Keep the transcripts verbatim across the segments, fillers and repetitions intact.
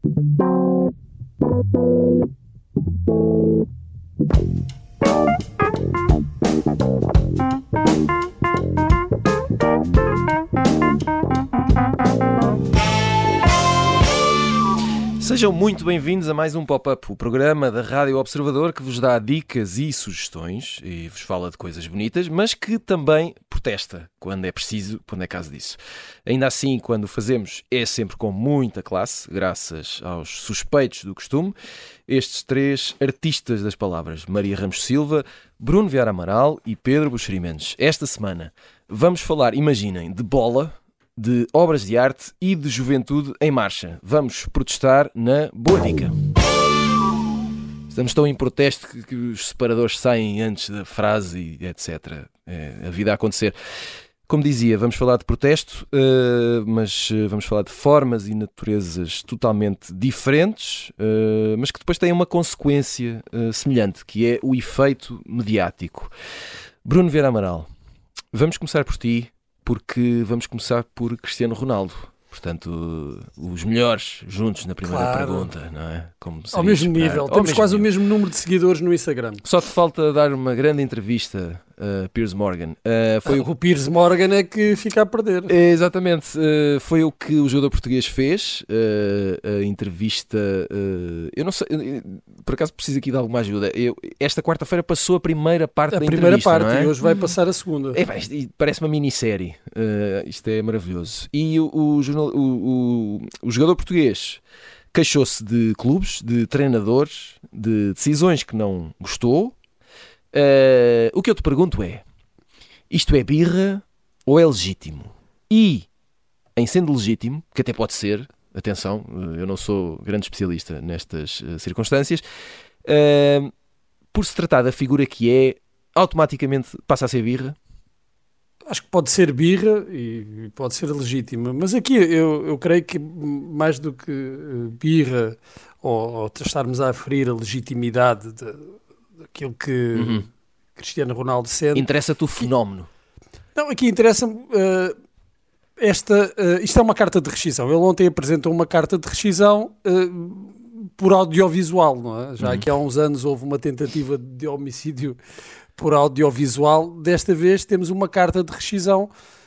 Sejam muito bem-vindos a mais um Pop-Up, o programa da Rádio Observador que vos dá dicas e sugestões e vos fala de coisas bonitas, mas que também protesta quando é preciso, quando é caso disso. Ainda assim, quando o fazemos, é sempre com muita classe, graças aos suspeitos do costume. Estes três artistas das palavras, Maria Ramos Silva, Bruno Vieira Amaral e Pedro Buxeri Mendes. Esta semana vamos falar, imaginem, de bola, de obras de arte e de juventude em marcha. Vamos protestar na Boa Dica. Estamos tão em protesto que, que os separadores saem antes da frase e etcétera. É a vida a acontecer. Como dizia, vamos falar de protesto, uh, mas uh, vamos falar de formas e naturezas totalmente diferentes, uh, mas que depois têm uma consequência uh, semelhante, que é o efeito mediático. Bruno Vieira Amaral, vamos começar por ti, porque vamos começar por Cristiano Ronaldo. Portanto, os melhores juntos na primeira claro. pergunta, não é? Como ao mesmo esperar. nível. Ao Temos mesmo quase nível. o mesmo número de seguidores no Instagram. Só te falta dar uma grande entrevista a Piers Morgan. Uh, foi ah, o... o Piers Morgan é que fica a perder. É, exatamente. Uh, foi o que o jogador português fez. Uh, a entrevista... Uh, eu não sei... Por acaso preciso aqui de alguma ajuda. Eu, esta quarta-feira passou a primeira parte a da primeira entrevista, parte, não é? e hoje vai passar a segunda. É, pá, isto, parece uma minissérie. Uh, isto é maravilhoso. E o, o, jornal, o, o, o jogador português queixou-se de clubes, de treinadores, de decisões que não gostou. Uh, o que eu te pergunto é, isto é birra ou é legítimo? E, em sendo legítimo, que até pode ser, atenção, eu não sou grande especialista nestas uh, circunstâncias, uh, por se tratar da figura que é, automaticamente passa a ser birra? Acho que pode ser birra e pode ser legítima, mas aqui eu, eu creio que mais do que birra ou, ou estarmos a aferir a legitimidade de, daquilo que uhum. Cristiano Ronaldo sente... Interessa-te o fenómeno. Não, aqui interessa-me... Uh, esta, uh, isto é uma carta de rescisão. Ele ontem apresentou uma carta de rescisão uh, por audiovisual, não é? Já uhum. aqui há uns anos houve uma tentativa de homicídio por audiovisual. Desta vez temos uma carta de rescisão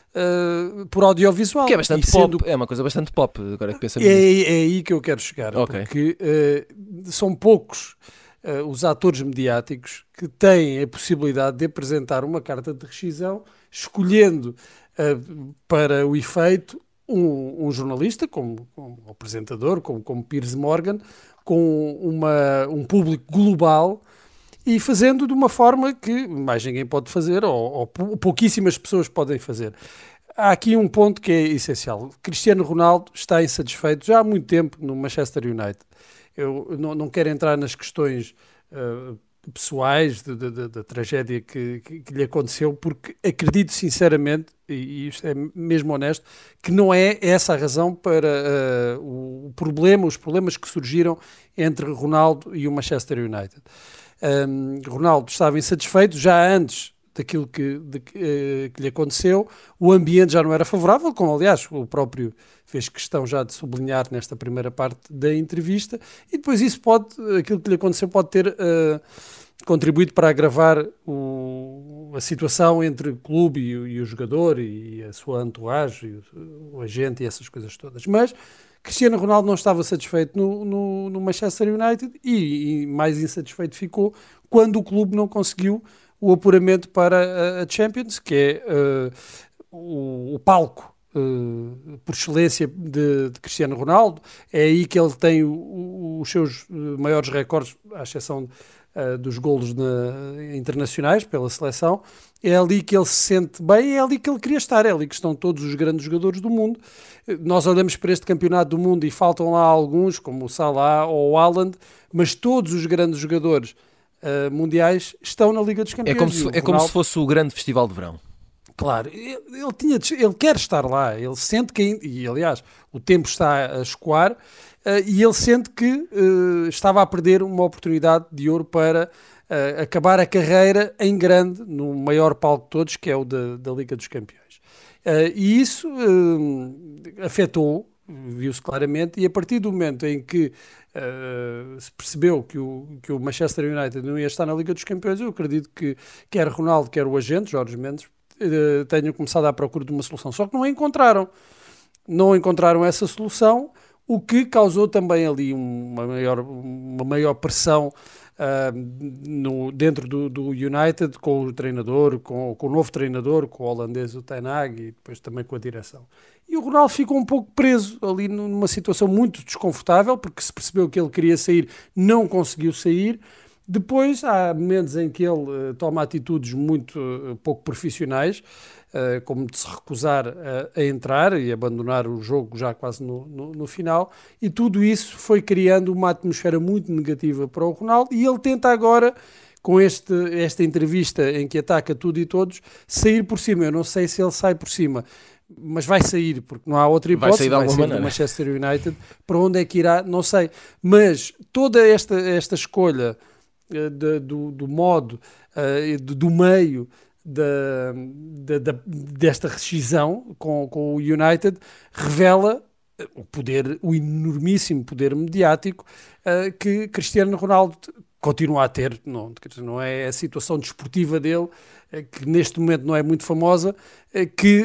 uh, por audiovisual. Que é bastante sendo... pop, é uma coisa bastante pop, agora que pensamos é, nisso. É aí que eu quero chegar, okay. porque uh, são poucos uh, os atores mediáticos que têm a possibilidade de apresentar uma carta de rescisão, escolhendo uh, para o efeito um, um jornalista, como, como apresentador, como, como Piers Morgan, com uma, um público global, e fazendo de uma forma que mais ninguém pode fazer, ou, ou pouquíssimas pessoas podem fazer. Há aqui um ponto que é essencial. Cristiano Ronaldo está insatisfeito já há muito tempo no Manchester United. Eu não, não quero entrar nas questões uh, pessoais da tragédia que, que, que lhe aconteceu, porque acredito sinceramente, e, e isto é mesmo honesto, que não é essa a razão para uh, o problema, os problemas que surgiram entre Ronaldo e o Manchester United. Um, Ronaldo estava insatisfeito já antes daquilo que, de, uh, que lhe aconteceu. O ambiente já não era favorável, como aliás o próprio fez questão já de sublinhar nesta primeira parte da entrevista, e depois isso pode, aquilo que lhe aconteceu pode ter uh, contribuído para agravar o, a situação entre o clube e o, e o jogador e a sua entourage, e o, o agente e essas coisas todas. Mas Cristiano Ronaldo não estava satisfeito no, no, no Manchester United e, e mais insatisfeito ficou quando o clube não conseguiu o apuramento para a, a Champions, que é uh, o, o palco uh, por excelência de, de Cristiano Ronaldo. É aí que ele tem o, o, os seus maiores recordes, à exceção uh, dos golos na, internacionais pela seleção. É ali que ele se sente bem, é ali que ele queria estar, é ali que estão todos os grandes jogadores do mundo. Nós olhamos para este campeonato do mundo e faltam lá alguns, como o Salah ou o Haaland, mas todos os grandes jogadores uh, mundiais estão na Liga dos Campeões. É como se, é como se fosse o grande festival de verão. Claro, ele, ele, tinha, ele quer estar lá, ele sente que, e aliás, o tempo está a escoar, uh, e ele sente que uh, estava a perder uma oportunidade de ouro para uh, acabar a carreira em grande, no maior palco de todos, que é o da, da Liga dos Campeões. Uh, e isso uh, afetou viu-se claramente, e a partir do momento em que uh, se percebeu que o, que o Manchester United não ia estar na Liga dos Campeões, eu acredito que quer Ronaldo, quer o agente, Jorge Mendes, uh, tenham começado à procura de uma solução, só que não a encontraram. Não encontraram essa solução, o que causou também ali uma maior, uma maior pressão uh, no, dentro do, do United, com o treinador, com, com o novo treinador, com o holandês, o Ten Hag, e depois também com a direção. E o Ronaldo ficou um pouco preso ali numa situação muito desconfortável, porque se percebeu que ele queria sair, não conseguiu sair. Depois há momentos em que ele uh, toma atitudes muito uh, pouco profissionais, uh, como de se recusar a, a entrar e abandonar o jogo já quase no, no, no final, e tudo isso foi criando uma atmosfera muito negativa para o Ronaldo, e ele tenta agora, com este, esta entrevista em que ataca tudo e todos, sair por cima. Eu não sei se ele sai por cima, mas vai sair, porque não há outra hipótese. Vai sair, de vai sair do Manchester United. Para onde é que irá, não sei. Mas toda esta, esta escolha uh, de, do, do modo, uh, do, do meio da, da, da, desta rescisão com, com o United revela o poder, o enormíssimo poder mediático uh, que Cristiano Ronaldo continua a ter. Não, não é a situação desportiva dele, que neste momento não é muito famosa, que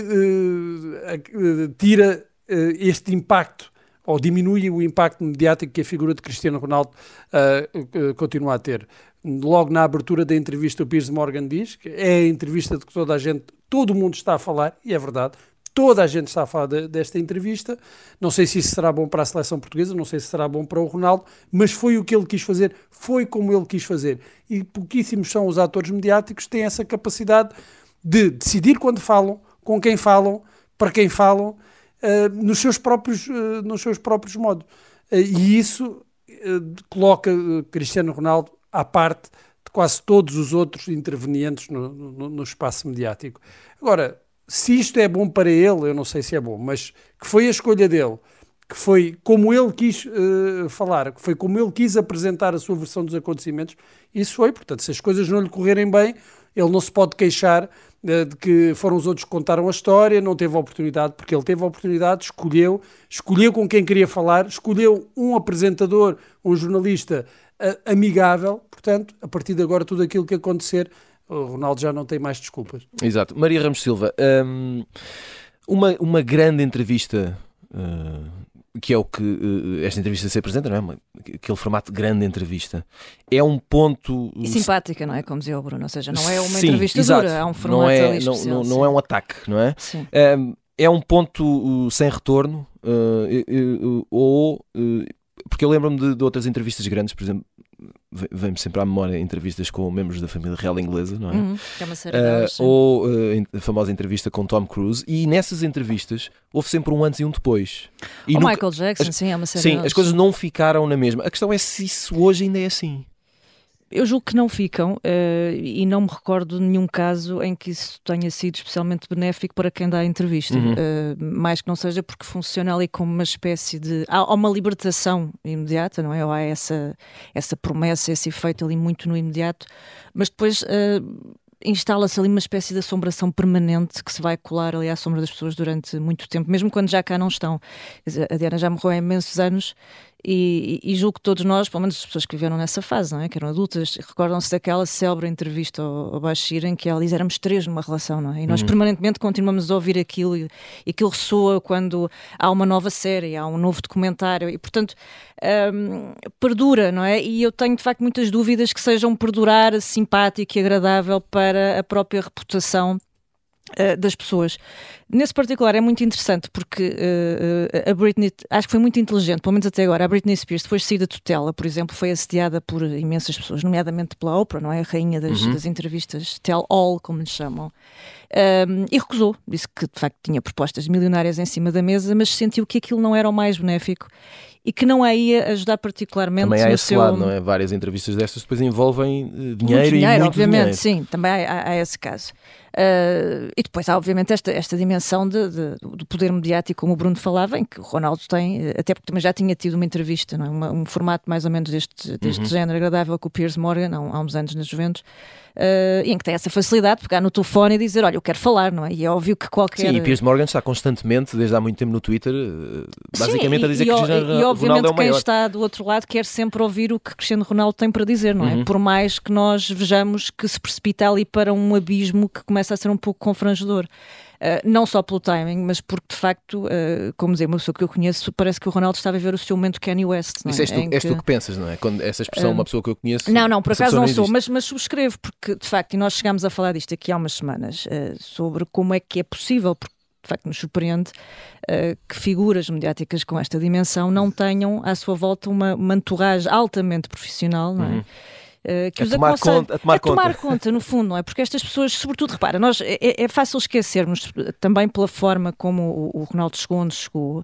uh, tira uh, este impacto, ou diminui o impacto mediático que a figura de Cristiano Ronaldo uh, uh, continua a ter. Logo na abertura da entrevista, o Piers Morgan diz que é a entrevista de que toda a gente, todo o mundo está a falar, e é verdade. Toda a gente está a falar de, desta entrevista. Não sei se isso será bom para a seleção portuguesa, não sei se será bom para o Ronaldo, mas foi o que ele quis fazer, foi como ele quis fazer. E pouquíssimos são os atores mediáticos que têm essa capacidade de decidir quando falam, com quem falam, para quem falam, uh, nos, seus próprios, uh, nos seus próprios modos. Uh, e isso uh, coloca uh, Cristiano Ronaldo à parte de quase todos os outros intervenientes no, no, no espaço mediático. Agora, se isto é bom para ele, eu não sei se é bom, mas que foi a escolha dele, que foi como ele quis uh, falar, que foi como ele quis apresentar a sua versão dos acontecimentos, isso foi. Portanto, se as coisas não lhe correrem bem, ele não se pode queixar uh, de que foram os outros que contaram a história, não teve a oportunidade, porque ele teve a oportunidade, escolheu, escolheu com quem queria falar, escolheu um apresentador, um jornalista uh, amigável. Portanto, a partir de agora, tudo aquilo que acontecer, o Ronaldo já não tem mais desculpas. Exato. Maria Ramos Silva, um, uma, uma grande entrevista, uh, que é o que uh, esta entrevista se apresenta, não é? Uma, aquele formato de grande entrevista. É um ponto... E simpática, não é? Como dizia o Bruno. Ou seja, não é uma Sim, entrevista exato. dura, há um formato não é, ali não, especial. Não, não é um ataque, não é? Sim. Um, é um ponto uh, sem retorno, uh, uh, uh, ou... Uh, porque eu lembro-me de, de outras entrevistas grandes, por exemplo, vem-me sempre à memória entrevistas com membros da família real inglesa, não é? Uhum, que é uma série delas, uh, ou uh, a famosa entrevista com Tom Cruise, e nessas entrevistas houve sempre um antes e um depois. E o nunca, Michael Jackson, as, sim, é uma série Sim, delas. as coisas não ficaram na mesma. A questão é se isso hoje ainda é assim. Eu julgo que não ficam, uh, e não me recordo de nenhum caso em que isso tenha sido especialmente benéfico para quem dá a entrevista. Uhum. Uh, mais que não seja porque funciona ali como uma espécie de... Há, há uma libertação imediata, não é? Ou há essa, essa promessa, esse efeito ali muito no imediato, mas depois... Uh, instala-se ali uma espécie de assombração permanente que se vai colar ali à sombra das pessoas durante muito tempo, mesmo quando já cá não estão. A Diana já morreu há imensos anos e, e, e julgo que todos nós, pelo menos as pessoas que viveram nessa fase, não é? Que eram adultas, recordam-se daquela célebre entrevista ao, ao Bashir em que ela diz: éramos três numa relação, não é? E nós uhum. permanentemente continuamos a ouvir aquilo, e, e aquilo ressoa quando há uma nova série, há um novo documentário, e portanto um, perdura, não é? E eu tenho de facto muitas dúvidas que sejam perdurar simpático e agradável para a própria reputação uh, das pessoas. Nesse particular é muito interessante porque uh, a Britney, acho que foi muito inteligente, pelo menos até agora. A Britney Spears, depois de sair da tutela, por exemplo, foi assediada por imensas pessoas, nomeadamente pela Oprah, não é? A rainha das, uhum. das entrevistas tell all, como lhe chamam. Um, e recusou, disse que de facto tinha propostas milionárias em cima da mesa, mas sentiu que aquilo não era o mais benéfico e que não a ia ajudar particularmente também há no esse seu... lado, não é? Várias entrevistas destas depois envolvem uh, dinheiro, muito dinheiro, e muito obviamente, dinheiro. sim, também há, há, há esse caso. Uh, e depois há obviamente esta, esta dimensão de, de, do poder mediático, como o Bruno falava, em que o Ronaldo tem, até porque também já tinha tido uma entrevista, não é? uma, um formato mais ou menos deste, deste uhum. género agradável com o Piers Morgan há, há uns anos na Juventus, uh, em que tem essa facilidade de pegar no telefone e dizer, olha, eu quero falar, não é? E é óbvio que qualquer... Sim, e Piers Morgan está constantemente, desde há muito tempo no Twitter, basicamente Sim, a dizer e, que e, Cristiano e, e Ronaldo obviamente é o maior. Quem está do outro lado quer sempre ouvir o que Cristiano Ronaldo tem para dizer, não é? Uhum. Por mais que nós vejamos que se precipita ali para um abismo que começa a ser um pouco confrangedor. Uh, não só pelo timing, mas porque de facto, uh, como dizer, uma pessoa que eu conheço, parece que o Ronaldo estava a ver o seu momento Kanye West. Não é? Isso és tu, em és que... tu que pensas, não é? Quando essa expressão, uh, uma pessoa que eu conheço... Não, não, por acaso não sou, existe. mas, mas subscrevo, porque de facto, e nós chegámos a falar disto aqui há umas semanas, uh, sobre como é que é possível, porque de facto nos surpreende uh, que figuras mediáticas com esta dimensão não tenham à sua volta uma, uma entourage altamente profissional, não é? Uhum. Uh, que a, os tomar aconselha... conta, a tomar a tomar conta. conta, no fundo, não é? Porque estas pessoas, sobretudo, repara, nós, é, é fácil esquecermos também pela forma como o, o Ronaldo chegou, chegou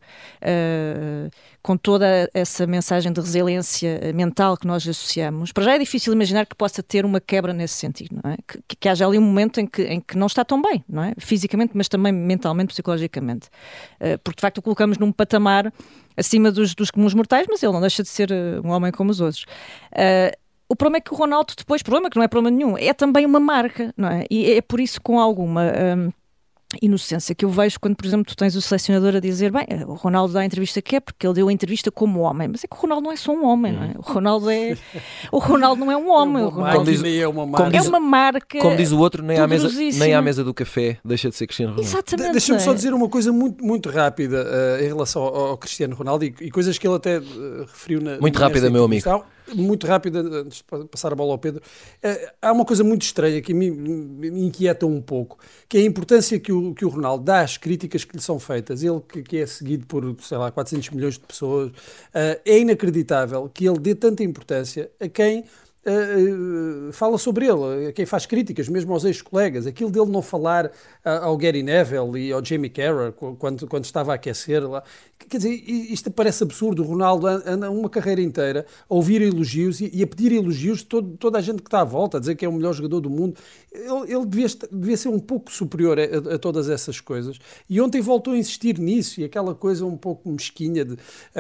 uh, com toda essa mensagem de resiliência mental que nós associamos. Para já é difícil imaginar que possa ter uma quebra nesse sentido, não é? Que, que haja ali um momento em que, em que não está tão bem, não é? Fisicamente, mas também mentalmente, psicologicamente. Uh, porque, de facto, o colocamos num patamar acima dos, dos comuns mortais, mas ele não deixa de ser um homem como os outros. Uh, O problema é que o Ronaldo depois, problema que não é problema nenhum, é também uma marca, não é? E é por isso com alguma hum, inocência que eu vejo quando, por exemplo, tu tens o selecionador a dizer, bem, o Ronaldo dá a entrevista que é porque ele deu a entrevista como homem, mas é que o Ronaldo não é só um homem, não é? O Ronaldo é... O Ronaldo não é um homem, é o Ronaldo diz, é uma marca. É uma marca. Como diz o outro, nem à, mesa, nem à mesa do café deixa de ser Cristiano Ronaldo. Exatamente. Deixa-me é. só dizer uma coisa muito, muito rápida uh, em relação ao, ao Cristiano Ronaldo e, e coisas que ele até uh, referiu na... Muito rápida, meu amigo. Muito rápida, antes de passar a bola ao Pedro. Uh, há uma coisa muito estranha que me, me inquieta um pouco, que é a importância que o, que o Ronaldo dá às críticas que lhe são feitas. Ele que, que é seguido por, sei lá, quatrocentos milhões de pessoas. Uh, é inacreditável que ele dê tanta importância a quem... Uh, uh, fala sobre ele, quem faz críticas, mesmo aos ex-colegas, aquilo dele não falar uh, ao Gary Neville e ao Jamie Carragher quando, quando estava a aquecer lá, quer dizer, isto parece absurdo. O Ronaldo anda uma carreira inteira a ouvir elogios e, e a pedir elogios de todo, toda a gente que está à volta, a dizer que é o melhor jogador do mundo. Ele, ele devia, devia ser um pouco superior a, a, a todas essas coisas, e ontem voltou a insistir nisso, e aquela coisa um pouco mesquinha de,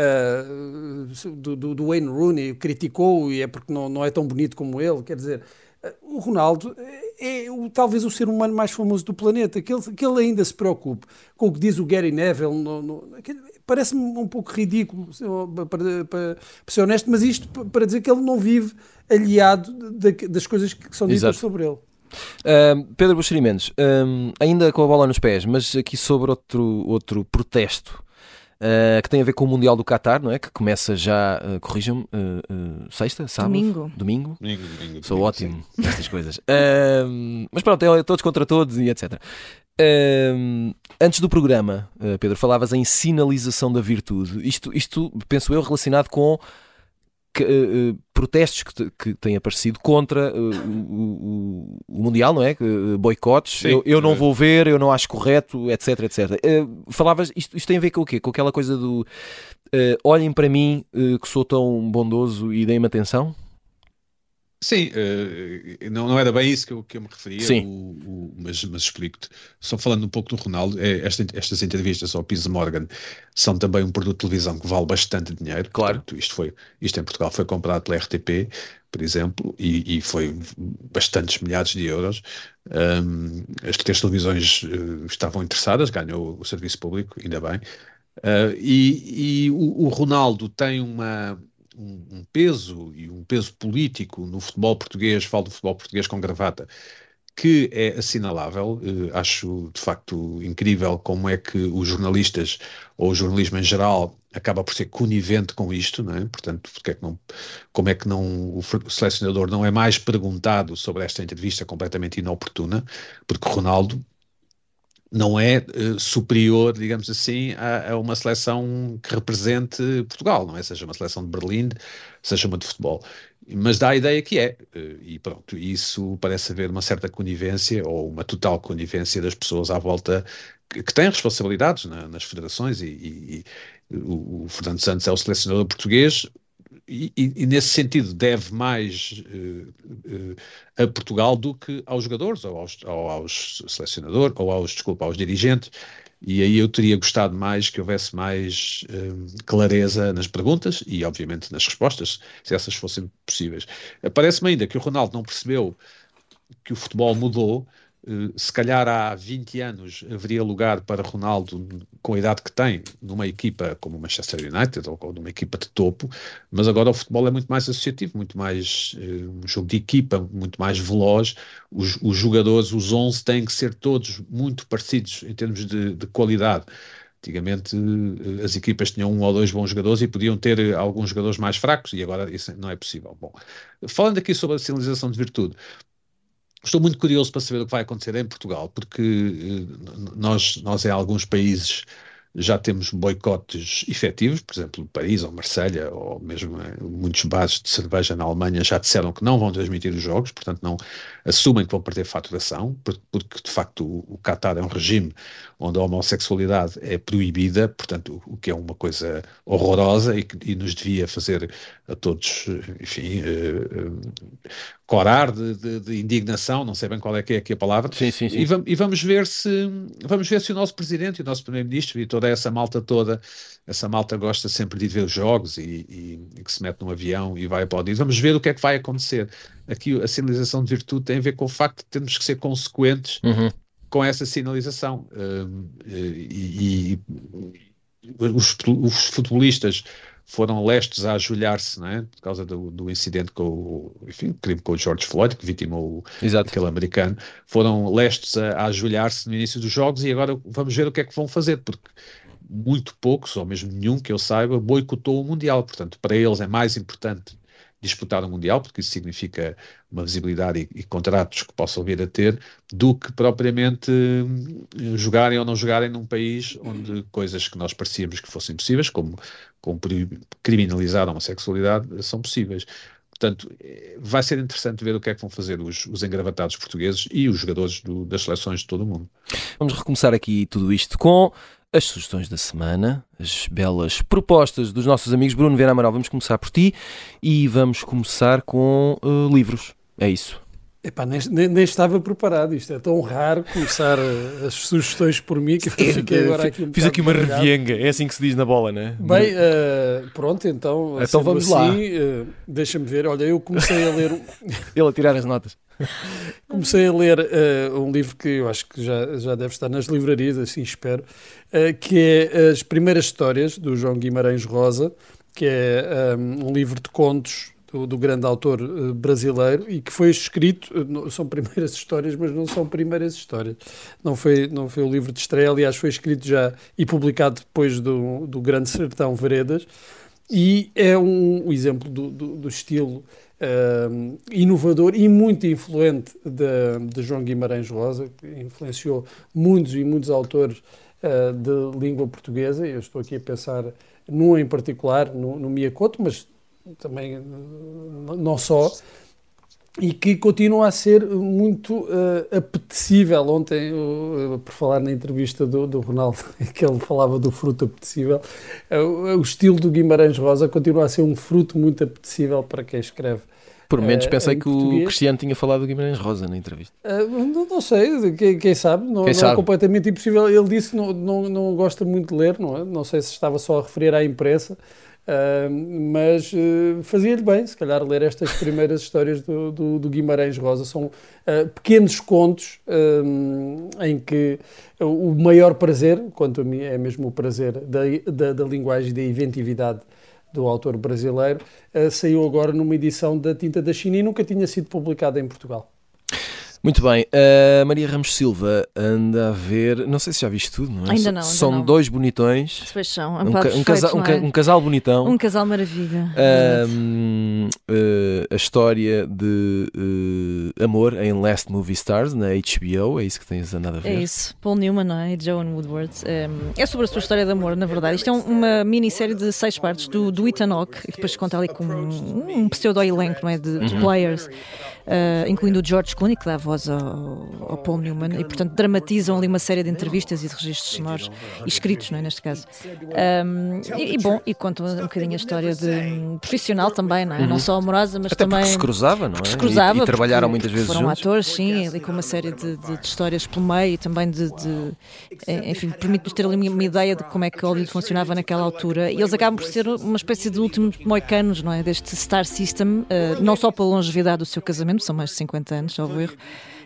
uh, do, do, do Wayne Rooney, criticou e é porque não, não é tão bonito como ele. Quer dizer, o Ronaldo é o, talvez o ser humano mais famoso do planeta, que ele, que ele ainda se preocupe com o que diz o Gary Neville. No, no, parece-me um pouco ridículo, para, para, para ser honesto, mas isto para dizer que ele não vive aliado de, das coisas que são ditas Exato. Sobre ele. Uh, Pedro Buxeri Mendes, uh, ainda com a bola nos pés, mas aqui sobre outro, outro protesto uh, que tem a ver com o Mundial do Qatar, não é? Que começa já, uh, corrijam-me, uh, uh, sexta, sábado? Domingo. Domingo? Domingo, domingo Sou domingo, ótimo nestas coisas. Uh, mas pronto, é todos contra todos e etcétera. Uh, antes do programa, uh, Pedro, falavas em sinalização da virtude. Isto, isto penso eu, relacionado com Que, uh, protestos que, te, que têm aparecido contra uh, o, o, o Mundial, não é? Uh, boicotes, eu, eu não vou ver, eu não acho correto, etc, etcétera. Uh, falavas, isto, isto tem a ver com o quê? Com aquela coisa do uh, olhem para mim uh, que sou tão bondoso e deem-me atenção? Sim, uh, não, não era bem isso que eu, que eu me referia, Sim. O, o, mas, mas explico-te. Só falando um pouco do Ronaldo, é, esta, estas entrevistas ao Piers Morgan são também um produto de televisão que vale bastante dinheiro. Claro. Portanto, isto, foi, isto em Portugal foi comprado pela R T P, por exemplo, e, e foi bastantes milhares de euros. Um, as três televisões uh, estavam interessadas, ganhou o serviço público, ainda bem. Uh, e e o, o Ronaldo tem uma... Um, um peso e um peso político no futebol português, falo do futebol português com gravata, que é assinalável. Uh, acho de facto incrível como é que os jornalistas, ou o jornalismo em geral, acaba por ser conivente com isto, não é? Portanto, porque é que não, como é que não, o selecionador não é mais perguntado sobre esta entrevista completamente inoportuna, porque o Ronaldo não é uh, superior, digamos assim, a, a uma seleção que represente Portugal, não é? Seja uma seleção de Berlim, seja uma de futebol. Mas dá a ideia que é, uh, e pronto, isso parece haver uma certa conivência, ou uma total conivência das pessoas à volta que, que têm responsabilidades na, nas federações e, e, e o, o Fernando Santos é o selecionador português e, e, e nesse sentido deve mais uh, uh, a Portugal do que aos jogadores ou aos, ou aos selecionadores ou aos, desculpa, aos dirigentes. E aí eu teria gostado mais que houvesse mais um, clareza nas perguntas e, obviamente, nas respostas, se essas fossem possíveis. Parece-me ainda que o Ronaldo não percebeu que o futebol mudou. Uh, se calhar há vinte anos haveria lugar para Ronaldo, com a idade que tem, numa equipa como o Manchester United ou, ou numa equipa de topo, mas agora o futebol é muito mais associativo, muito mais uh, um jogo de equipa, muito mais veloz. Os, os jogadores, os onze, têm que ser todos muito parecidos em termos de, de qualidade. Antigamente uh, as equipas tinham um ou dois bons jogadores e podiam ter uh, alguns jogadores mais fracos e agora isso não é possível. Bom, falando aqui sobre a sinalização de virtude, estou muito curioso para saber o que vai acontecer em Portugal, porque uh, nós, nós em alguns países já temos boicotes efetivos, por exemplo, Paris ou Marselha, ou mesmo eh, muitos bares de cerveja na Alemanha já disseram que não vão transmitir os jogos, portanto não assumem que vão perder faturação, porque, porque de facto o, o Qatar é um regime onde a homossexualidade é proibida, portanto o, o que é uma coisa horrorosa e que e nos devia fazer a todos, enfim, uh, uh, corar de, de, de indignação, não sei bem qual é que é aqui a palavra, sim, sim, sim. E, vamos, e vamos ver se vamos ver se o nosso presidente e o nosso primeiro-ministro e toda essa malta toda, essa malta gosta sempre de ir ver os jogos e, e, e que se mete num avião e vai aplaudir. Vamos ver o que é que vai acontecer. Aqui a sinalização de virtude tem a ver com o facto de termos que ser consequentes uhum. com essa sinalização. Um, e, e os, os futebolistas foram lestos a ajoelhar-se, não é? Por causa do, do incidente com o, enfim, crime com o George Floyd, que vitimou o, aquele americano, foram lestos a, a ajoelhar-se no início dos jogos e agora vamos ver o que é que vão fazer, porque muito poucos, ou mesmo nenhum que eu saiba, boicotou o Mundial. Portanto, para eles é mais importante disputar o Mundial, porque isso significa uma visibilidade e, e contratos que possam vir a ter, do que propriamente uh, jogarem ou não jogarem num país onde coisas que nós parecíamos que fossem possíveis, como, como criminalizar a homossexualidade, são possíveis. Portanto, vai ser interessante ver o que é que vão fazer os, os engravatados portugueses e os jogadores do, das seleções de todo o mundo. Vamos recomeçar aqui tudo isto com as sugestões da semana, as belas propostas dos nossos amigos. Bruno Vieira Amaral, vamos começar por ti e vamos começar com uh, livros. É isso. Epá, nem, nem, nem estava preparado. Isto é tão raro começar as sugestões por mim que eu fiquei agora aqui um Fiz aqui uma revienga, é assim que se diz na bola, não é? Bem, uh, pronto, então, então vamos assim, lá. Uh, deixa-me ver. Olha, eu comecei a ler... Ele a tirar as notas. Comecei a ler uh, um livro que eu acho que já, já deve estar nas livrarias, assim espero, uh, que é As Primeiras Histórias, do João Guimarães Rosa, que é um, um livro de contos do, do grande autor uh, brasileiro e que foi escrito, uh, são primeiras histórias, mas não são primeiras histórias. Não foi, não foi o livro de estreia, aliás, foi escrito já e publicado depois do, do Grande Sertão Veredas, e é um, um exemplo do, do, do estilo Uh, inovador e muito influente de, de João Guimarães Rosa, que influenciou muitos e muitos autores uh, de língua portuguesa. Eu estou aqui a pensar num em particular, no, no Miyakoto, mas também uh, não só, e que continua a ser muito uh, apetecível. Ontem, uh, por falar na entrevista do, do Ronaldo, que ele falava do fruto apetecível, uh, o estilo do Guimarães Rosa continua a ser um fruto muito apetecível para quem escreve. Por menos uh, pensei que português. O Cristiano tinha falado do Guimarães Rosa na entrevista. Uh, não, não sei, quem, quem sabe, não, quem não sabe? É completamente impossível. Ele disse que não, não, não gosta muito de ler, não é? Não sei se estava só a referir à imprensa. Uh, mas uh, fazia-lhe bem, se calhar, ler estas primeiras histórias do, do, do Guimarães Rosa. São uh, pequenos contos uh, em que o maior prazer, quanto a mim, é mesmo o prazer da, da, da linguagem e da inventividade do autor brasileiro, uh, saiu agora numa edição da Tinta da China e nunca tinha sido publicada em Portugal. Muito bem, a Maria Ramos Silva anda a ver, não sei se já viste tudo, não é? Ainda não, ainda São não. dois bonitões, Pois são, um, ca- um, casa- um, ca- um casal bonitão, um casal maravilha. um, uh, a história de uh, amor em Last Movie Stars na H B O, é isso que tens andado a ver? É isso, Paul Newman, não é? E Joan Woodward. Um, é sobre a sua história de amor, na verdade. Isto é um, uma minissérie de seis partes do, do Ethan Hawke, e depois conta ali com um, um pseudo-elenco, não é? De, de uhum. players, uh, incluindo o George Clooney, que dá voz ao, ao Paul Newman, e portanto dramatizam ali uma série de entrevistas e de registros sonoros, e escritos, não é? Neste caso. Um, e, e bom, e contam um bocadinho a história de um, profissional também, não é? Uhum. Não só amorosa, mas até também. Porque se cruzava, não é? Se cruzava, e, e trabalharam muitas vezes foram juntos. atores, sim, ali com uma série de, de, de histórias pelo meio e também de, de enfim, permite-nos ter ali uma, uma ideia de como é que Hollywood funcionava naquela altura, e eles acabam por ser uma espécie de últimos moicanos, não é? Deste Star System, uh, não só pela longevidade do seu casamento, são mais de cinquenta anos, salvo erro.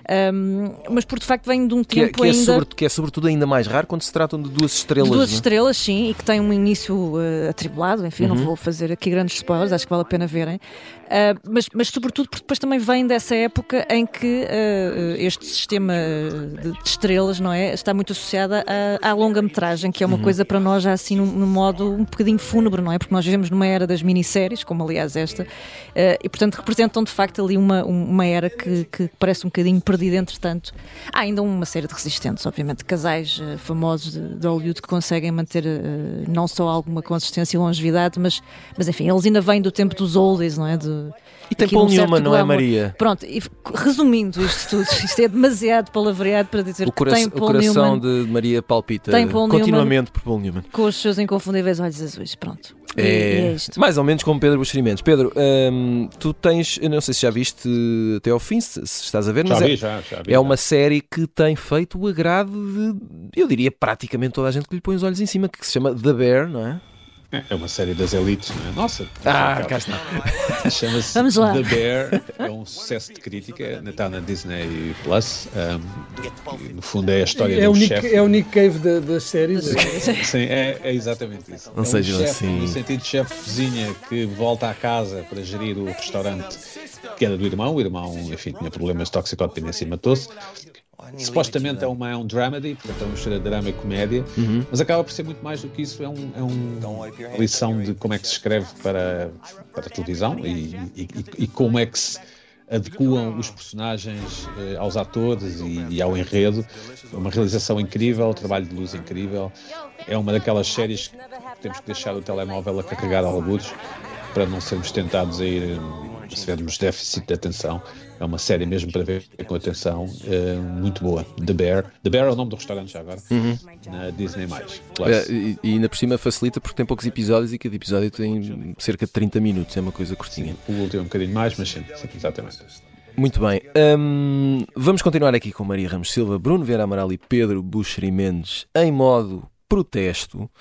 Um, mas por de facto vem de um que tempo é, que ainda... É sobre, que é sobretudo ainda mais raro quando se tratam de duas estrelas. De duas não? estrelas, sim, e que tem um início uh, atribulado, enfim, uhum. não vou fazer aqui grandes spoilers, acho que vale a pena verem. Uh, mas, mas sobretudo porque depois também vem dessa época em que uh, este sistema de, de estrelas, não é, está muito associada à, à longa-metragem, que é uma uhum. coisa para nós já assim num, num modo um bocadinho fúnebre, não é? Porque nós vivemos numa era das minisséries, como aliás esta, uh, e portanto representam de facto ali uma, uma era que, que parece um bocadinho perdida entretanto. Há ainda uma série de resistentes, obviamente, casais uh, famosos de, de Hollywood que conseguem manter uh, não só alguma consistência e longevidade, mas, mas enfim, eles ainda vêm do tempo dos oldies, não é? De, e tem Paul Newman, não é, Maria? Pronto, e, resumindo isto tudo, isto é demasiado palavreado para dizer o que tem Paul Newman... O coração Newman, de Maria palpita tem Paul continuamente Newman, por Paul Newman. Com os seus inconfundíveis olhos azuis, pronto. É, é isto. Mais ou menos como Pedro Buxerimentos. Pedro, hum, tu tens, eu não sei se já viste até ao fim, se, se estás a ver, mas já vi, é, já, já vi, é já. uma série que tem feito o agrado de, eu diria, praticamente toda a gente que lhe põe os olhos em cima, que se chama The Bear, não é? É uma série das elites, não é? Nossa! Ah, cá está. Chama-se The Bear, é um sucesso de crítica, está na Disney Plus. Um, no fundo é a história é de um Nick, chefe. É o Nick Cave da, das séries. Sim, é, é exatamente isso. Não é seja um chefe, assim. no sentido de chefe de cozinha que volta à casa para gerir o restaurante que era do irmão. O irmão, enfim, tinha problemas de toxicodependência e matou-se. Supostamente é, uma, é um dramedy, portanto é uma mistura de drama e comédia, uhum. mas acaba por ser muito mais do que isso. É, um, é um, uma lição de como é que se escreve para, para a televisão e, e, e como é que se adequam os personagens eh, aos atores e, e ao enredo. É uma realização incrível, trabalho de luz incrível. É uma daquelas séries que temos que deixar o telemóvel a carregar algures para não sermos tentados a ir, se tivermos déficit de atenção. É uma série mesmo para ver com atenção, uh, muito boa. The Bear. The Bear é o nome do restaurante já agora, uhum. na Disney mais. É, e, e ainda por cima facilita porque tem poucos episódios e cada episódio tem cerca de trinta minutos, é uma coisa curtinha. Sim, o último é um bocadinho mais, mas sim, sim exatamente. Muito bem. Um, vamos continuar aqui com Maria Ramos Silva, Bruno Vieira Amaral e Pedro Buxeri Mendes em modo protesto.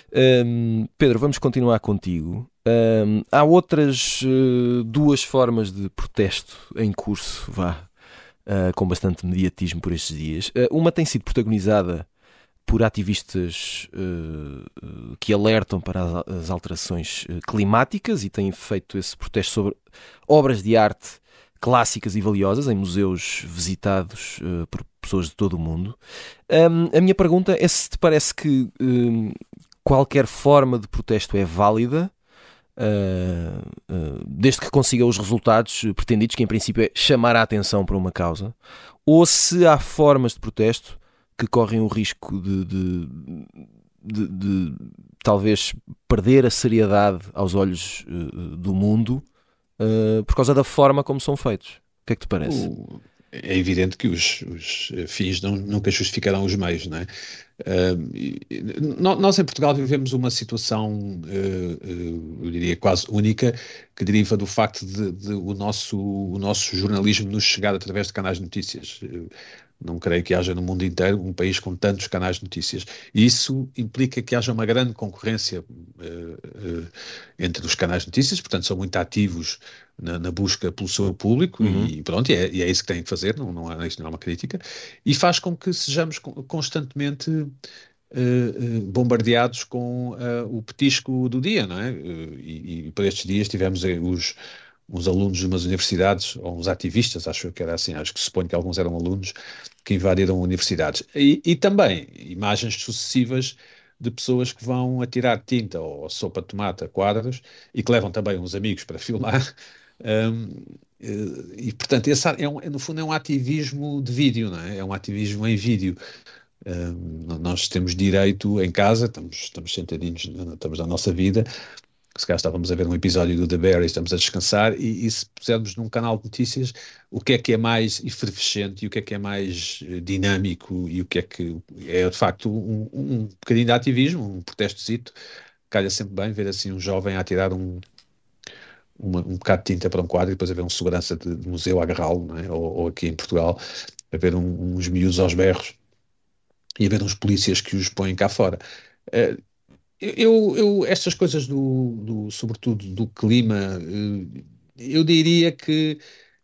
Um, Pedro, vamos continuar contigo. Um, há outras uh, duas formas de protesto em curso, vá, uh, com bastante mediatismo por estes dias. Uh, uma tem sido protagonizada por ativistas uh, uh, que alertam para as, as alterações uh, climáticas e têm feito esse protesto sobre obras de arte clássicas e valiosas em museus visitados uh, por pessoas de todo o mundo. Um, a minha pergunta é se te parece que um, qualquer forma de protesto é válida, Uh, uh, desde que consiga os resultados pretendidos, que em princípio é chamar a atenção para uma causa, ou se há formas de protesto que correm o risco de, de, de, de talvez perder a seriedade aos olhos uh, do mundo uh, por causa da forma como são feitos. O que é que te parece? O... É evidente que os, os fins não, nunca justificarão os meios, não é? Uh, nós em Portugal vivemos uma situação, uh, uh, eu diria quase única, que deriva do facto de, de o, nosso, o nosso jornalismo nos chegar através de canais de notícias. Uh, não creio que haja no mundo inteiro um país com tantos canais de notícias. E isso implica que haja uma grande concorrência uh, uh, entre os canais de notícias, portanto são muito ativos na, na busca pelo seu público, uhum. e pronto, e é, e é isso que têm que fazer, não, não é, isso não é uma crítica, e faz com que sejamos constantemente uh, uh, bombardeados com uh, o petisco do dia, não é? Uh, e, e por estes dias tivemos uh, os uns alunos de umas universidades, ou uns ativistas, acho que era assim, acho que suponho que alguns eram alunos, que invadiram universidades. E, e também imagens sucessivas de pessoas que vão atirar tinta ou sopa de tomate a quadros e que levam também uns amigos para filmar, Um, e, portanto, esse é um, no fundo é um ativismo de vídeo, não é? É um ativismo em vídeo. Um, nós temos direito em casa, estamos, estamos sentadinhos, estamos na nossa vida, se calhar estávamos a ver um episódio do The Bear e estamos a descansar, e, e se pusermos num canal de notícias o que é que é mais efervescente e o que é que é mais dinâmico e o que é que é de facto um, um bocadinho de ativismo, um protestozito, calha sempre bem ver assim um jovem a tirar um, uma, um bocado de tinta para um quadro e depois a ver um segurança de, de museu a agarrá-lo, não é? ou, ou aqui em Portugal a ver um, uns miúdos aos berros e a ver uns polícias que os põem cá fora. Uh, eu, eu, estas coisas do, do, sobretudo do clima, uh, eu diria que,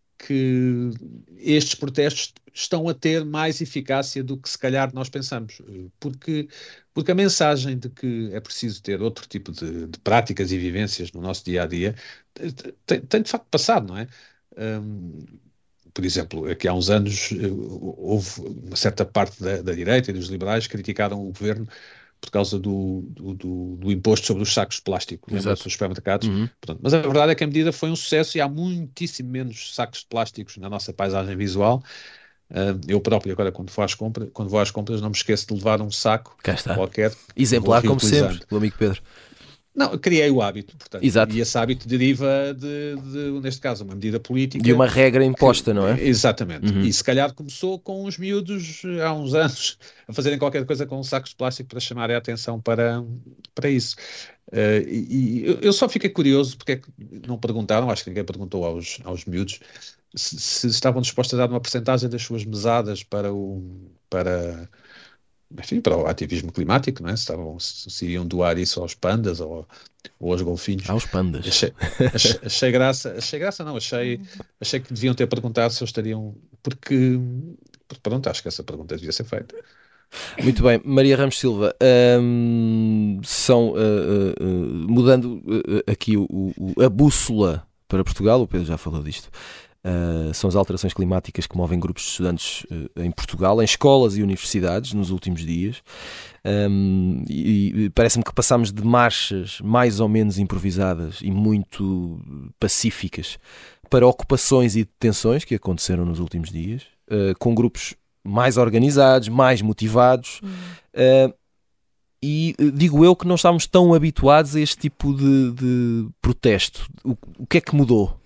que estes protestos estão a ter mais eficácia do que se calhar nós pensamos, porque, porque a mensagem de que é preciso ter outro tipo de, de práticas e vivências no nosso dia-a-dia tem, tem de facto passado, não é? Um, Por exemplo, aqui há uns anos houve uma certa parte da, da direita e dos liberais que criticaram o governo por causa do, do, do, do imposto sobre os sacos de plástico, lembra-se dos supermercados. Uhum. Portanto, mas a verdade é que a medida foi um sucesso e há muitíssimo menos sacos de plásticos na nossa paisagem visual. Uh, eu próprio agora quando vou, às compras, quando vou às compras não me esqueço de levar um saco qualquer. Exemplar como sempre, do amigo Pedro. Não, criei o hábito, portanto, Exato. E esse hábito deriva de, de, neste caso, uma medida política. De uma regra imposta, que, não é? Exatamente. Uhum. E se calhar começou com os miúdos há uns anos a fazerem qualquer coisa com sacos de plástico para chamarem a atenção para, para isso. Uh, e, e eu só fiquei curioso porque é que não perguntaram, acho que ninguém perguntou aos, aos miúdos, se, se estavam dispostos a dar uma porcentagem das suas mesadas para o... Para, enfim, para o ativismo climático, não é? Se, estavam, se, se iriam doar isso aos pandas ou, ou aos golfinhos. Aos pandas. Achei, achei, achei graça, achei graça não, achei, achei que deviam ter perguntado se eles estariam, porque, pronto, acho que essa pergunta devia ser feita. Muito bem, Maria Ramos Silva, hum, são, uh, uh, uh, mudando uh, aqui o, o, a bússola para Portugal, o Pedro já falou disto. Uh, são as alterações climáticas que movem grupos de estudantes uh, em Portugal, em escolas e universidades, nos últimos dias. Um, e, e parece-me que passámos de marchas mais ou menos improvisadas e muito pacíficas para ocupações e detenções que aconteceram nos últimos dias, uh, com grupos mais organizados, mais motivados. Uhum. Uh, E digo eu que não estávamos tão habituados a este tipo de, de protesto. O, o que é que mudou?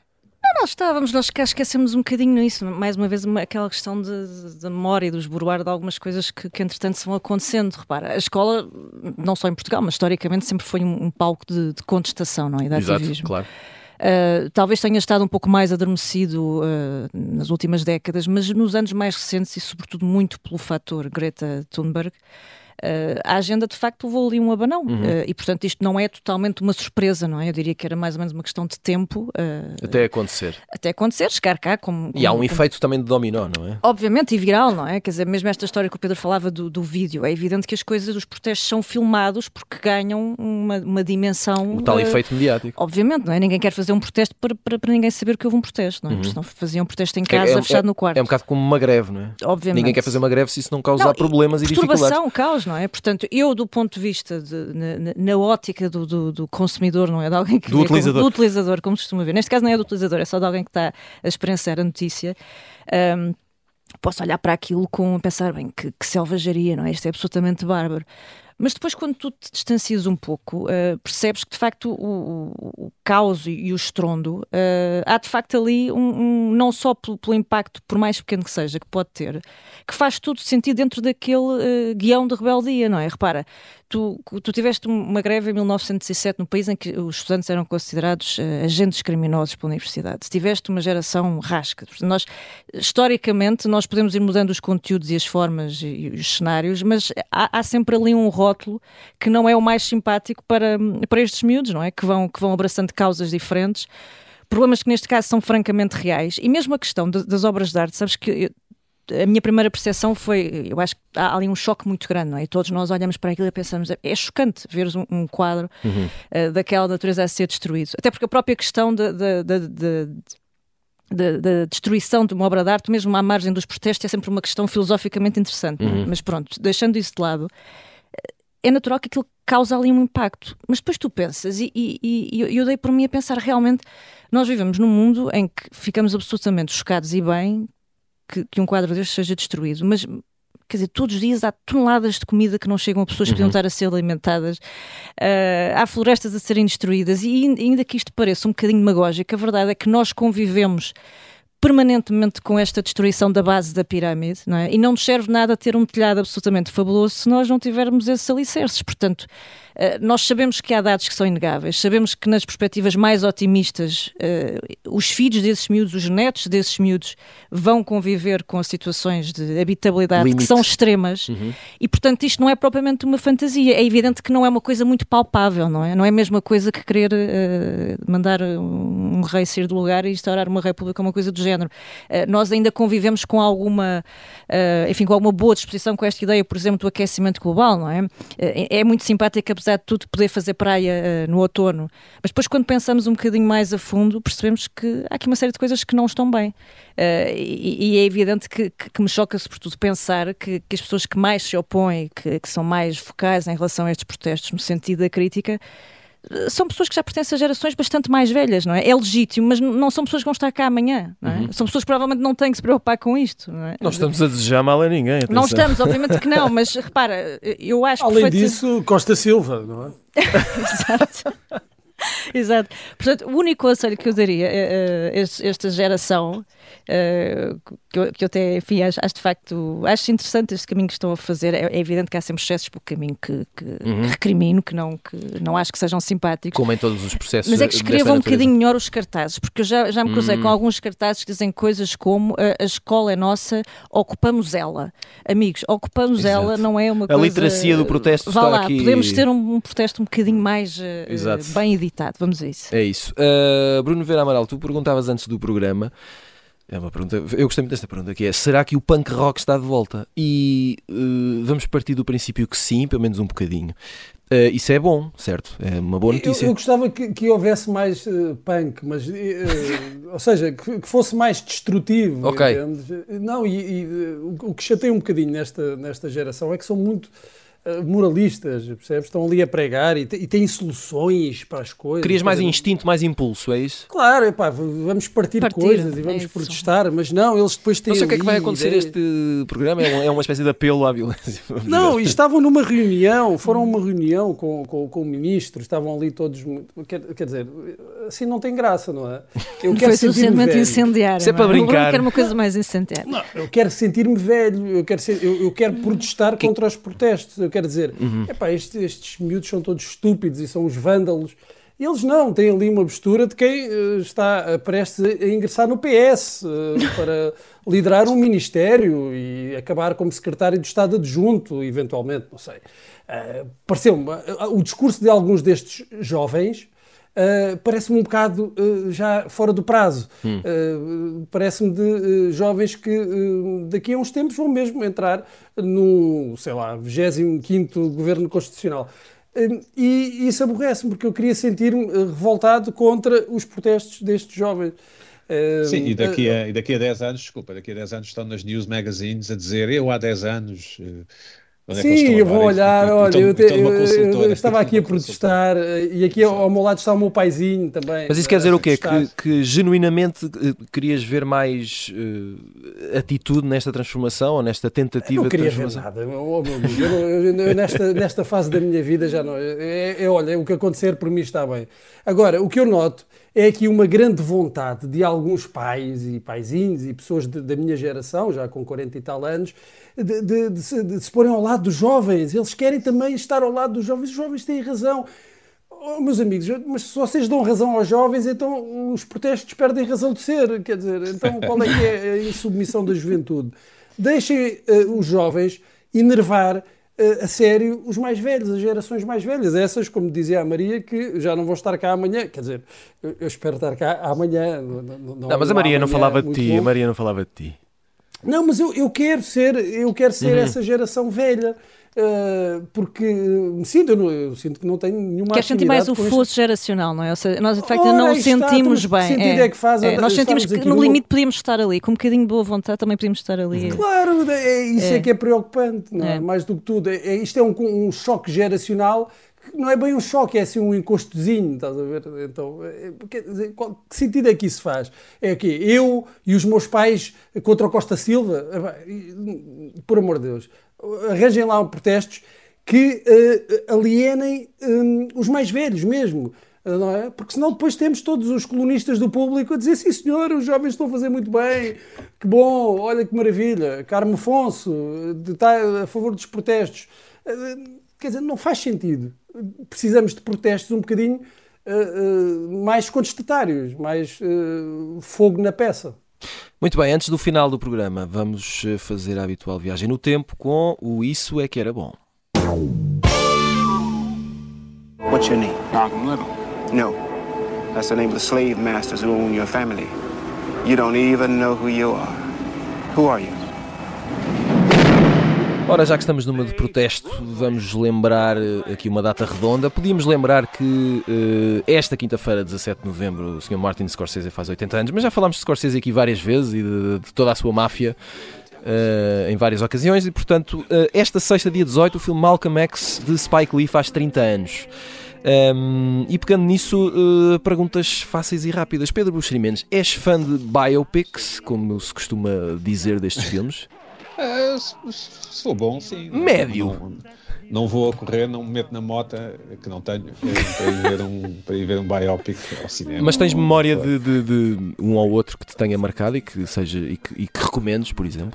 Nós estávamos, nós esquecemos um bocadinho nisso, mais uma vez uma, aquela questão de, de, de memória e do esboroar de algumas coisas que, que entretanto se vão acontecendo. Repara, a escola, não só em Portugal, mas historicamente sempre foi um, um palco de, de contestação, não é? E de ativismo. Exato, claro. Uh, talvez tenha estado um pouco mais adormecido uh, nas últimas décadas, mas nos anos mais recentes e sobretudo muito pelo fator Greta Thunberg, Uh, a agenda de facto levou ali um abanão. Uhum. uh, e portanto isto não é totalmente uma surpresa, não é? Eu diria que era mais ou menos uma questão de tempo uh, até acontecer até acontecer, chegar cá como, como, e há um como... efeito também de dominó, não é? Obviamente, e viral, não é? Quer dizer, mesmo esta história que o Pedro falava do, do vídeo, é evidente que as coisas, os protestos são filmados porque ganham uma, uma dimensão, o tal uh, efeito mediático. Obviamente, não é? Ninguém quer fazer um protesto para, para, para ninguém saber que houve um protesto, não é? Uhum. Porque senão faziam um protesto em casa, é, é, fechado no quarto. É um bocado como uma greve, não é? Obviamente. Ninguém quer fazer uma greve se isso não causar não, problemas e, e dificuldades. Perturbação, caos, não é? Portanto, eu do ponto de vista, de, na, na ótica do, do, do consumidor, não é? De alguém que do, vê, utilizador. Como, do utilizador, como se costuma ver. Neste caso não é do utilizador, é só de alguém que está a experienciar a notícia. Um, posso olhar para aquilo com pensar, bem, que, que selvageria, não é? Isto é absolutamente bárbaro. Mas depois, quando tu te distancias um pouco, uh, percebes que, de facto, o, o, o caos e, e o estrondo, uh, há, de facto, ali, um, um, não só pelo, pelo impacto, por mais pequeno que seja, que pode ter, que faz tudo sentido dentro daquele uh, guião de rebeldia, não é? Repara, tu, tu tiveste uma greve em mil novecentos e sete no país em que os estudantes eram considerados uh, agentes criminosos pela universidade. Tiveste uma geração rasca. Nós, historicamente, nós podemos ir mudando os conteúdos e as formas e, e os cenários, mas há, há sempre ali um rótulo que não é o mais simpático para, para estes miúdos, não é? Que vão, que vão abraçando causas diferentes, problemas que neste caso são francamente reais. E mesmo a questão de, das obras de arte, sabes que eu, a minha primeira percepção foi, eu acho que há ali um choque muito grande, não é? E todos nós olhamos para aquilo e pensamos, é chocante ver um, um quadro uhum. uh, daquela natureza a ser destruído. Até porque a própria questão de, de, de, de Da, da destruição de uma obra de arte, mesmo à margem dos protestos, é sempre uma questão filosoficamente interessante. Uhum. Mas pronto, deixando isso de lado, é natural que aquilo causa ali um impacto. Mas depois tu pensas, e, e, e eu dei por mim a pensar, realmente, nós vivemos num mundo em que ficamos absolutamente chocados e bem que, que um quadro deste seja destruído, mas, quer dizer, todos os dias há toneladas de comida que não chegam a pessoas que podiam estar a ser alimentadas, uh, há florestas a serem destruídas, e ainda que isto pareça um bocadinho demagógico, a verdade é que nós convivemos permanentemente com esta destruição da base da pirâmide, não é? E não nos serve nada ter um telhado absolutamente fabuloso se nós não tivermos esses alicerces. Portanto, nós sabemos que há dados que são inegáveis, sabemos que nas perspectivas mais otimistas os filhos desses miúdos, os netos desses miúdos vão conviver com situações de habitabilidade Limite. que são extremas, uhum. e portanto isto não é propriamente uma fantasia, é evidente que não é uma coisa muito palpável, não é? Não é a mesma coisa que querer uh, mandar um rei sair do lugar e instaurar uma república, uma coisa do género. Uh, nós ainda convivemos com alguma, uh, enfim, com alguma boa disposição com esta ideia, por exemplo, do aquecimento global, não é? Uh, é muito simpático, apesar de tudo, poder fazer praia uh, no outono, mas depois quando pensamos um bocadinho mais a fundo, percebemos que há aqui uma série de coisas que não estão bem. Uh, e, e é evidente que, que, que me choca sobretudo pensar que, que as pessoas que mais se opõem, que, que são mais focais em relação a estes protestos no sentido da crítica, são pessoas que já pertencem a gerações bastante mais velhas, não é? É legítimo, mas não são pessoas que vão estar cá amanhã, não é? Uhum. São pessoas que provavelmente não têm que se preocupar com isto, não é? Não estamos a desejar mal a ninguém, atenção. Não estamos, obviamente que não, mas repara, eu acho que... Além perfeito... disso, Costa Silva, não é? Exato. Exato. Portanto, o único conselho que eu daria a uh, esta geração, uh, que, eu, que eu até, enfim, acho, acho de facto, acho interessante este caminho que estão a fazer. É, é evidente que há sempre excessos pelo caminho que, que, uhum. que recrimino, que não, que não acho que sejam simpáticos. Como em todos os processos. Mas é que escrevam um bocadinho melhor os cartazes, porque eu já, já me cruzei uhum. com alguns cartazes que dizem coisas como a, a escola é nossa, ocupamos ela. Amigos, ocupamos Exato. ela não é uma a coisa... A literacia do protesto Vá está lá, aqui... podemos ter um, um protesto um bocadinho mais uh, bem editado. Vamos a isso. É isso. Uh, Bruno Vera Amaral, tu perguntavas antes do programa, é uma pergunta, eu gostei muito desta pergunta, que é, será que o punk rock está de volta? E uh, vamos partir do princípio que sim, pelo menos um bocadinho. Uh, isso é bom, certo? É uma boa notícia. Eu, eu gostava que, que houvesse mais uh, punk, mas, uh, ou seja, que, que fosse mais destrutivo. Ok. Entendes? Não, e, e uh, o que chateia um bocadinho nesta, nesta geração é que são muito moralistas, percebes? Estão ali a pregar e, e têm soluções para as coisas. Querias mais instinto, mais impulso, é isso? Claro, epá, vamos partir, partir coisas e vamos é protestar, mas não, eles depois têm. Não sei o que é que vai ali acontecer ideia. Este programa, é uma espécie de apelo à violência. Não, e estavam numa reunião, foram a uma reunião com, com, com o ministro, estavam ali todos, quer, quer dizer, assim não tem graça, não é? Eu quero Foi suficientemente incendiário. Isso é para não? brincar. Eu quero uma coisa mais incendiária. Não, eu quero sentir-me velho, eu quero, ser, eu, eu quero protestar que... contra os protestos, eu quero dizer, uhum. epá, estes, estes miúdos são todos estúpidos e são os vândalos. Eles não, têm ali uma postura de quem uh, está uh, prestes a, a ingressar no P S uh, para liderar um ministério e acabar como secretário de Estado adjunto, eventualmente, não sei. Uh, Pareceu-me, uh, o discurso de alguns destes jovens Uh, parece-me um bocado uh, já fora do prazo. Hum. Uh, parece-me de uh, jovens que uh, daqui a uns tempos vão mesmo entrar no, sei lá, vigésimo quinto Governo Constitucional. Uh, e isso aborrece-me, porque eu queria sentir-me uh, revoltado contra os protestos destes jovens. Uh, Sim, e daqui, a, uh, e daqui a dez anos, desculpa, daqui a dez anos estão nas news magazines a dizer, eu há dez anos... Uh, Sim, eu vou olhar, olha, eu, te, eu, eu, eu estava aqui a protestar e aqui ao, ao meu lado está o meu paizinho também. Mas isso quer dizer o quê? Que, que genuinamente uh, querias ver mais uh, atitude nesta transformação ou nesta tentativa de transformação? Não queria ver nada, oh, meu amigo, eu, eu, eu, nesta, nesta fase da minha vida já não, é, é, olha, o que acontecer por mim está bem. Agora, o que eu noto é aqui uma grande vontade de alguns pais e paizinhos e pessoas de, da minha geração, já com quarenta e tal anos, de, de, de, se, de se porem ao lado dos jovens. Eles querem também estar ao lado dos jovens. Os jovens têm razão. Oh, meus amigos, mas se vocês dão razão aos jovens, então os protestos perdem razão de ser. Quer dizer, então qual é que é a insubmissão da juventude? Deixem uh, os jovens enervar uh, a sério os mais velhos, as gerações mais velhas. Essas, como dizia a Maria, que já não vão estar cá amanhã. Quer dizer, eu, eu espero estar cá amanhã. Não, não, não mas a Maria não falava de ti. Longo. A Maria não falava de ti. Não, mas eu, eu quero ser, eu quero ser uhum. essa geração velha. Uh, porque me sinto, eu, não, eu sinto que não tenho nenhuma Quer sentir mais o fosso geracional, não é? Ou seja, nós de facto ainda não o sentimos está, bem. Que sentido é, é que faz? É, nós sentimos que no limite no... podíamos estar ali, com um bocadinho de boa vontade também podíamos estar ali. Claro, é, isso é. é que é preocupante, não é? É. Mais do que tudo. É, é, isto é um, um choque geracional, que não é bem um choque, é assim um encostozinho, estás a ver? Então, é, quer dizer, qual, que sentido é que isso faz? É que eu e os meus pais contra o Costa Silva, por amor de Deus, arranjem lá protestos que uh, alienem um, os mais velhos mesmo, uh, não é? Porque senão depois temos todos os colunistas do público a dizer, sim senhor, os jovens estão a fazer muito bem, que bom, olha que maravilha, Carmo Afonso está a favor dos protestos. Uh, quer dizer, não faz sentido. Precisamos de protestos um bocadinho uh, uh, mais contestatários, mais uh, fogo na peça. Muito bem, antes do final do programa, vamos fazer a habitual viagem no tempo com o Isso é que era bom. What's your name? Malcolm Little. No, that's the name of the slave masters who own your family. You don't even know who you are. Who are you? Ora, já que estamos numa de protesto, vamos lembrar aqui uma data redonda. Podíamos lembrar que uh, esta quinta-feira, dezassete de novembro, o senhor Martin Scorsese faz oitenta anos, mas já falámos de Scorsese aqui várias vezes e de, de toda a sua máfia uh, em várias ocasiões e, portanto, uh, esta sexta, dia dezoito, o filme Malcolm X de Spike Lee faz trinta anos. Um, e pegando nisso, uh, perguntas fáceis e rápidas. Pedro Buxeri Mendes, és fã de biopics, como se costuma dizer destes filmes? Uh, se, se for bom, sim. Médio. Não, não vou a correr, não me meto na moto, que não tenho, para ir ver um, para ir ver um biopic ao cinema. Mas tens memória de, de, de um ou outro que te tenha marcado e que, seja, e que, e que recomendes, por exemplo?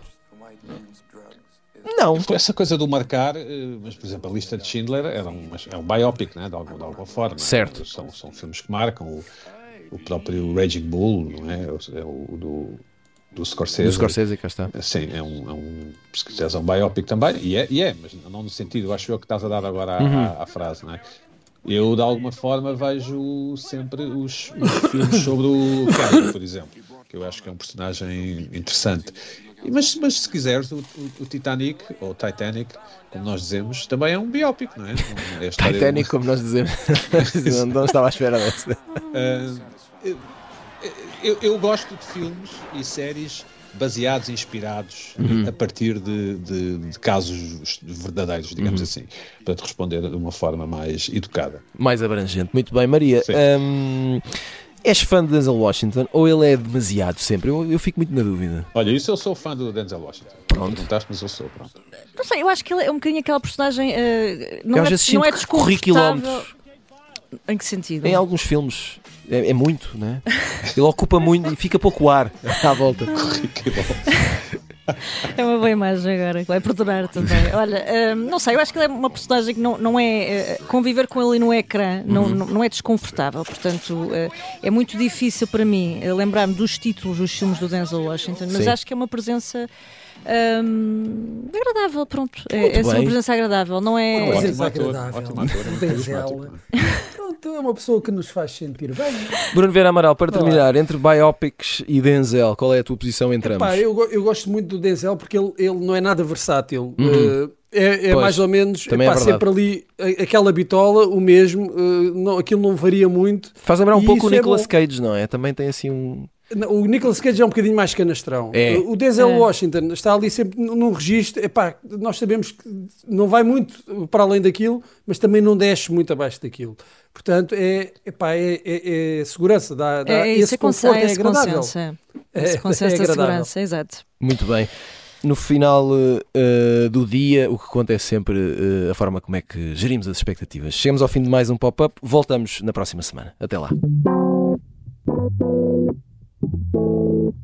Não. Essa coisa do marcar, mas por exemplo, a Lista de Schindler era um, é um biopic, né, de, alguma, de alguma forma. Certo. Né? São, são filmes que marcam. O, o próprio Raging Bull, não é? É o do... do Scorsese. Do Scorsese, cá está. Sim, é um, é um, se quiseres, é um biopic também, e é, e é, mas não no sentido, acho eu que estás a dar agora à, uhum. à, à frase, não é? Eu, de alguma forma, vejo sempre os, os filmes sobre o Kennedy, por exemplo, que eu acho que é um personagem interessante. E, mas, mas se quiseres, o, o, o Titanic, ou Titanic, como nós dizemos, também é um biopic, não é? é Titanic, de... como nós dizemos. não, não estava à espera dessa. Uh, eu, Eu, eu gosto de filmes e séries baseados, inspirados uhum. a partir de, de, de casos verdadeiros, digamos uhum. assim, para te responder de uma forma mais educada. Mais abrangente. Muito bem, Maria. Hum, és fã de Denzel Washington ou ele é demasiado sempre? Eu, eu fico muito na dúvida. Olha, isso eu sou fã do Denzel Washington. Pronto. Perguntaste, mas eu sou, pronto. Não sei, eu acho que ele é um bocadinho aquela personagem... Uh, não, eu é, às vezes não é sinto que corri quilómetros. Em que sentido? Em alguns filmes. É, é muito, né? Ele ocupa muito e fica pouco ar à volta. É uma boa imagem agora, que vai perdurar também. Olha, uh, não sei, eu acho que ele é uma personagem que não, não é... Uh, conviver com ele no ecrã não, uhum. não, não é desconfortável, portanto uh, é muito difícil para mim uh, lembrar-me dos títulos dos filmes do Denzel Washington, mas Sim. acho que é uma presença... Um, agradável, pronto. É, é uma presença agradável, não é? Uma presença agradável. Ótimo ator, Denzel. Pronto, é uma pessoa que nos faz sentir bem. Bruno Vieira Amaral, para terminar, entre biopics e Denzel, qual é a tua posição entre ambos? Epá, eu, eu gosto muito do Denzel porque ele, ele não é nada versátil. Uhum. Uh, é é mais ou menos epá, é sempre ali aquela bitola, o mesmo. Uh, não, aquilo não varia muito. Faz lembrar um pouco o Nicolas é Cage, não é? Também tem assim um. O Nicolas Cage é um bocadinho mais canastrão. É. O Denzel é. Washington está ali sempre num registro. Epá, nós sabemos que não vai muito para além daquilo, mas também não desce muito abaixo daquilo. Portanto, é, epá, é, é, é segurança. Dá, dá é, esse conforto, é, esse agradável. Consenso, é. Esse consenso é da segurança, exato. Muito bem. No final uh, do dia, o que conta é sempre uh, a forma como é que gerimos as expectativas. Chegamos ao fim de mais um pop-up. Voltamos na próxima semana. Até lá. Thank you.